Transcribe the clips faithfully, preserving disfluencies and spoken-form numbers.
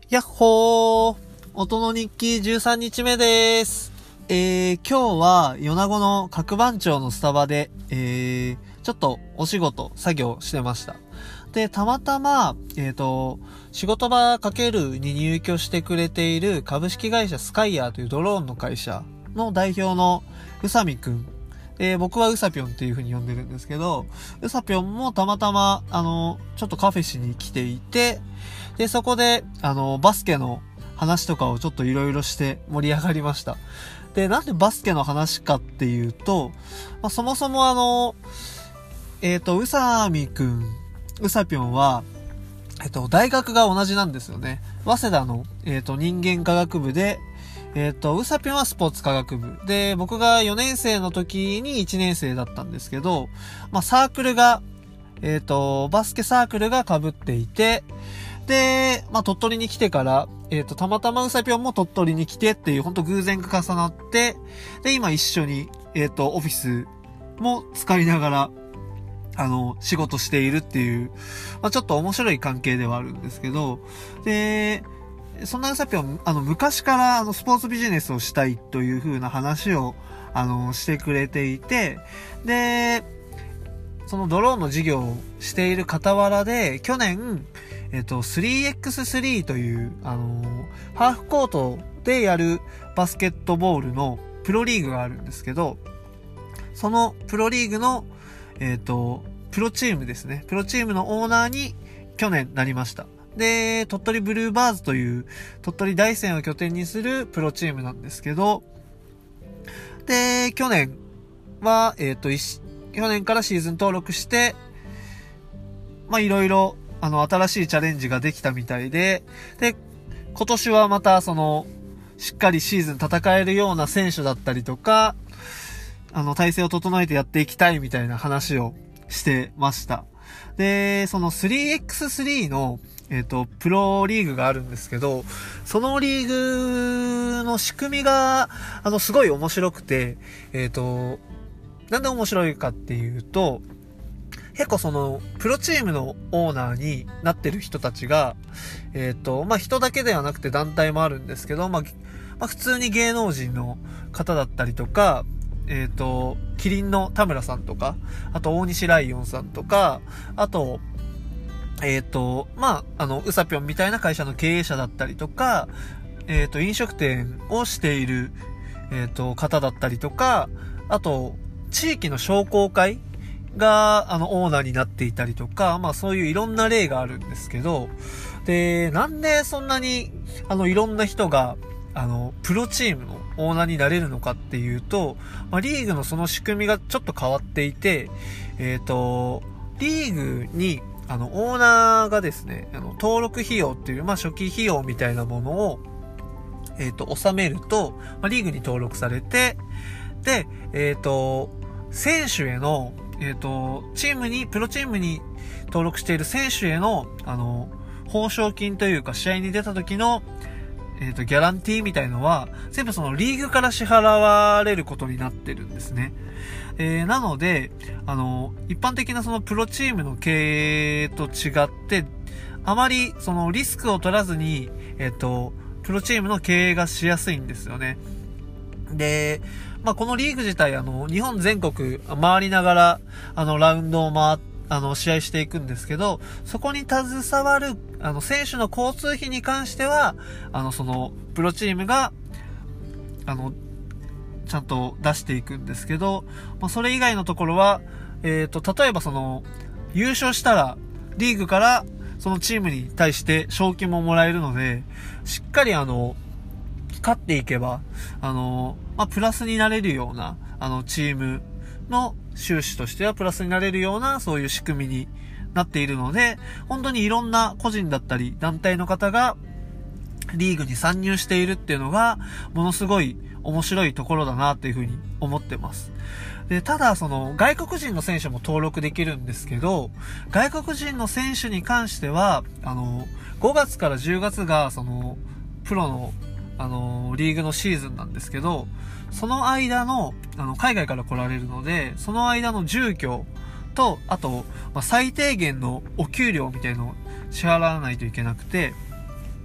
やっほー、音の日記じゅうさんにちめです。えー、今日は米子の角番町のスタバで、えー、ちょっとお仕事、作業してました。で、たまたま、えーと、仕事場かけるに入居してくれている株式会社スカイヤーというドローンの会社の代表の宇佐美くん。えー、僕はうさぴょんっていう風に呼んでるんですけど、うさぴょんもたまたま、あの、ちょっとカフェしに来ていて、で、そこで、あの、バスケの話とかをちょっといろいろして盛り上がりました。で、なんでバスケの話かっていうと、まあ、そもそもあの、えっと、うさみくん、うさぴょんは、えっと、大学が同じなんですよね。早稲田の、えっと、人間科学部で、えっと、うさぴょんはスポーツ科学部。で、僕がよねん生の時にいちねん生だったんですけど、まあ、サークルが、えっと、バスケサークルが被っていて、で、まあ、鳥取に来てから、えっと、たまたまうさぴょんも鳥取に来てっていう、ほんと偶然が重なって、で、今一緒に、えっと、オフィスも使いながら、あの、仕事しているっていう、まあ、ちょっと面白い関係ではあるんですけど、で、そんなうさぴょん、あの、昔から、あの、スポーツビジネスをしたいという風な話を、あの、してくれていて、で、そのドローンの事業をしている傍らで、去年、えっと、スリーエックススリー という、あの、ハーフコートでやるバスケットボールのプロリーグがあるんですけど、そのプロリーグの、えっと、プロチームですね。プロチームのオーナーに去年なりました。で、鳥取ブルーバーズという鳥取大山を拠点にするプロチームなんですけど、で、去年は、えっと、去年からシーズン登録して、まあ、いろいろ、あの、新しいチャレンジができたみたいで、で、今年はまた、その、しっかりシーズン戦えるような選手だったりとか、あの、体制を整えてやっていきたいみたいな話をしてました。で、その スリーエックススリー の、えっと、プロリーグがあるんですけど、そのリーグの仕組みが、あの、すごい面白くて、えっと、なんで面白いかっていうと、結構その、プロチームのオーナーになってる人たちが、えっと、まあ、人だけではなくて団体もあるんですけど、まあ、まあ、普通に芸能人の方だったりとか、えっと、キリンの田村さんとか、あと大西ライオンさんとか、あと、えっと、まあ、あの、うさぴょんみたいな会社の経営者だったりとか、えっと、飲食店をしている、えっと、方だったりとか、あと、地域の商工会が、あの、オーナーになっていたりとか、まあそういういろんな例があるんですけど、で、なんでそんなに、あの、いろんな人が、あの、プロチームのオーナーになれるのかっていうと、まあリーグのその仕組みがちょっと変わっていて、えっと、リーグに、あの、オーナーがですね、あの、登録費用っていう、まあ初期費用みたいなものを、えっと、納めると、まあリーグに登録されて、で、えっと、選手への、えっと、チームに、プロチームに登録している選手への、あの、報奨金というか、試合に出た時の、えっと、ギャランティーみたいのは、全部そのリーグから支払われることになってるんですね。えー、なので、あの、一般的なそのプロチームの経営と違って、あまりそのリスクを取らずに、えっと、プロチームの経営がしやすいんですよね。で、まあ、このリーグ自体、あの、日本全国回りながら、あの、ラウンドを回っ、あの、試合していくんですけど、そこに携わる、あの、選手の交通費に関しては、あの、その、プロチームが、あの、ちゃんと出していくんですけど、まあ、それ以外のところは、えっと、例えばその、優勝したら、リーグから、そのチームに対して賞金ももらえるので、しっかりあの、勝っていけば、あの、まあ、プラスになれるような、あの、チームの収支としてはプラスになれるような、そういう仕組みになっているので、本当にいろんな個人だったり、団体の方が、リーグに参入しているっていうのが、ものすごい面白いところだなっていうふうに思ってます。で、ただ、その、外国人の選手も登録できるんですけど、外国人の選手に関しては、あの、ごがつからじゅうがつが、その、プロの、あの、リーグのシーズンなんですけど、その間の、あの、海外から来られるので、その間の住居と、あと、まあ、最低限のお給料みたいのを支払わないといけなくて、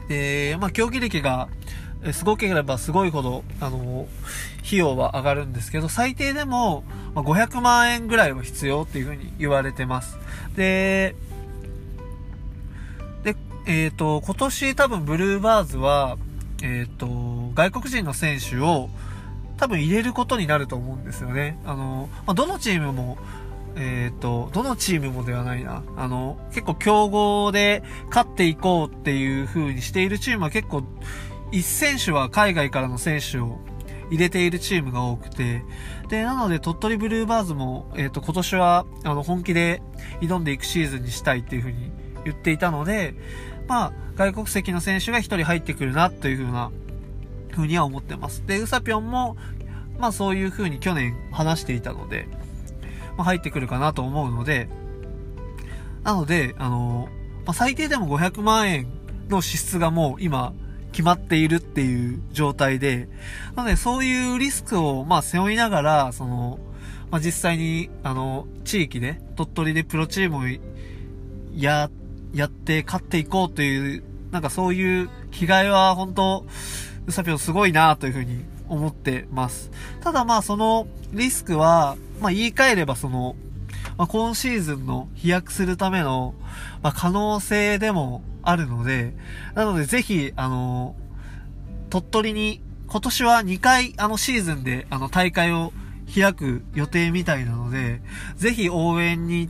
で、まあ、競技歴が、すごければすごいほど、あの、費用は上がるんですけど、最低でもごひゃくまんえんぐらいは必要っていうふうに言われてます。で、で、えっと、今年多分ブルーバーズは、えっと、外国人の選手を多分入れることになると思うんですよね。あの、まあ、どのチームも、えっと、どのチームもではないな。あの、結構強豪で勝っていこうっていう風にしているチームは結構、一選手は海外からの選手を入れているチームが多くて、で、なので鳥取ブルーバーズも、えっと、今年は、あの、本気で挑んでいくシーズンにしたいっていう風に言っていたので、まあ、外国籍の選手が一人入ってくるなという風な、風には思ってます。で、ウサピョンも、まあそういう風に去年話していたので、まあ入ってくるかなと思うので、なので、あの、まあ最低でもごひゃくまんえんの支出がもう今、決まっているっていう状態で、なのでそういうリスクをまあ背負いながら、その、まあ実際に、あの、地域で、鳥取でプロチームをや、やって勝っていこうという、なんかそういう気概は本当、ウサピョンすごいなというふうに思ってます。ただまあそのリスクは、まあ言い換えればその、まあ今シーズンの飛躍するための、まあ可能性でもあるので、なのでぜひ、あの、鳥取に、今年はにかいあのシーズンであの大会を開く予定みたいなので、ぜひ応援に行って、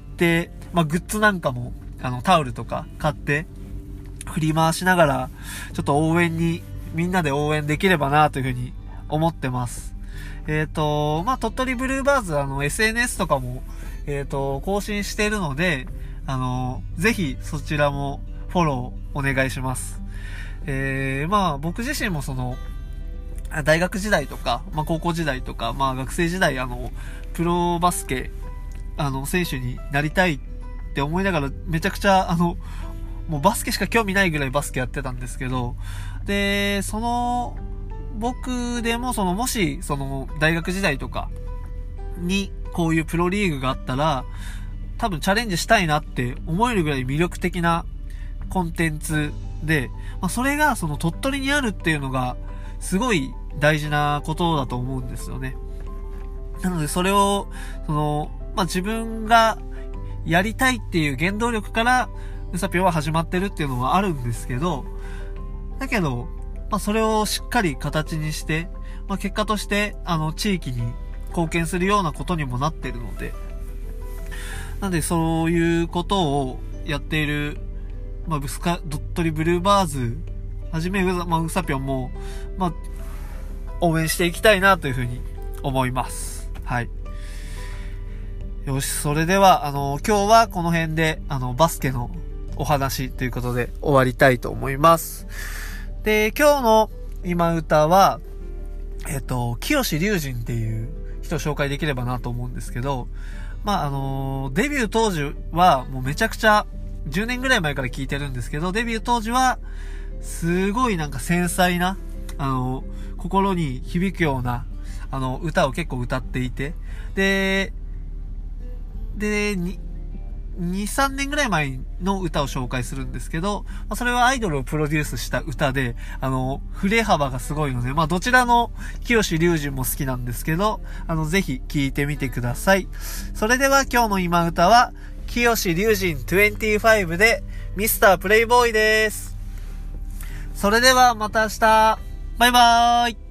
まあグッズなんかも、あのタオルとか買って、振り回しながら、ちょっと応援に、みんなで応援できればなというふうに思ってます。えっと、まあ、鳥取ブルーバーズ、あの、エスエヌエス とかも、えっと、更新しているので、あの、ぜひそちらもフォローお願いします。えー、まあ、僕自身もその、大学時代とか、まあ、高校時代とか、まあ、学生時代、あの、プロバスケ、あの、選手になりたいって思いながら、めちゃくちゃ、あの、もうバスケしか興味ないぐらいバスケやってたんですけど、で、その、僕でもその、もし、その、大学時代とかに、こういうプロリーグがあったら、多分チャレンジしたいなって思えるぐらい魅力的なコンテンツで、まあ、それがその鳥取にあるっていうのが、すごい大事なことだと思うんですよね。なのでそれを、その、まあ、自分がやりたいっていう原動力から、ウサピョンは始まってるっていうのはあるんですけど、だけど、まあ、それをしっかり形にして、まあ、結果として、あの、地域に貢献するようなことにもなってるので、なんでそういうことをやっている、まあ、ブスカ、鳥取ブルーバーズ、はじめ、まあ、ウサピョンも、まあ、応援していきたいなというふうに思います。はい。よし、それでは、あの、今日はこの辺で、あの、バスケのお話ということで終わりたいと思います。で、今日の今歌は、えっと、清志隆人っていう人を紹介できればなと思うんですけど、まあ、あの、デビュー当時はもうめちゃくちゃじゅうねんぐらい前から聞いてるんですけど、デビュー当時はすごいなんか繊細な、あの、心に響くような、あの、歌を結構歌っていて、で、で、に、に、さんねんぐらい前の歌を紹介するんですけど、まあ、それはアイドルをプロデュースした歌で、あの、振れ幅がすごいので、まあ、どちらの清志隆人も好きなんですけど、あの、ぜひ聴いてみてください。それでは今日の今歌は、清志隆人にじゅうごで、ミスタープレイボーイです。それではまた明日、バイバーイ。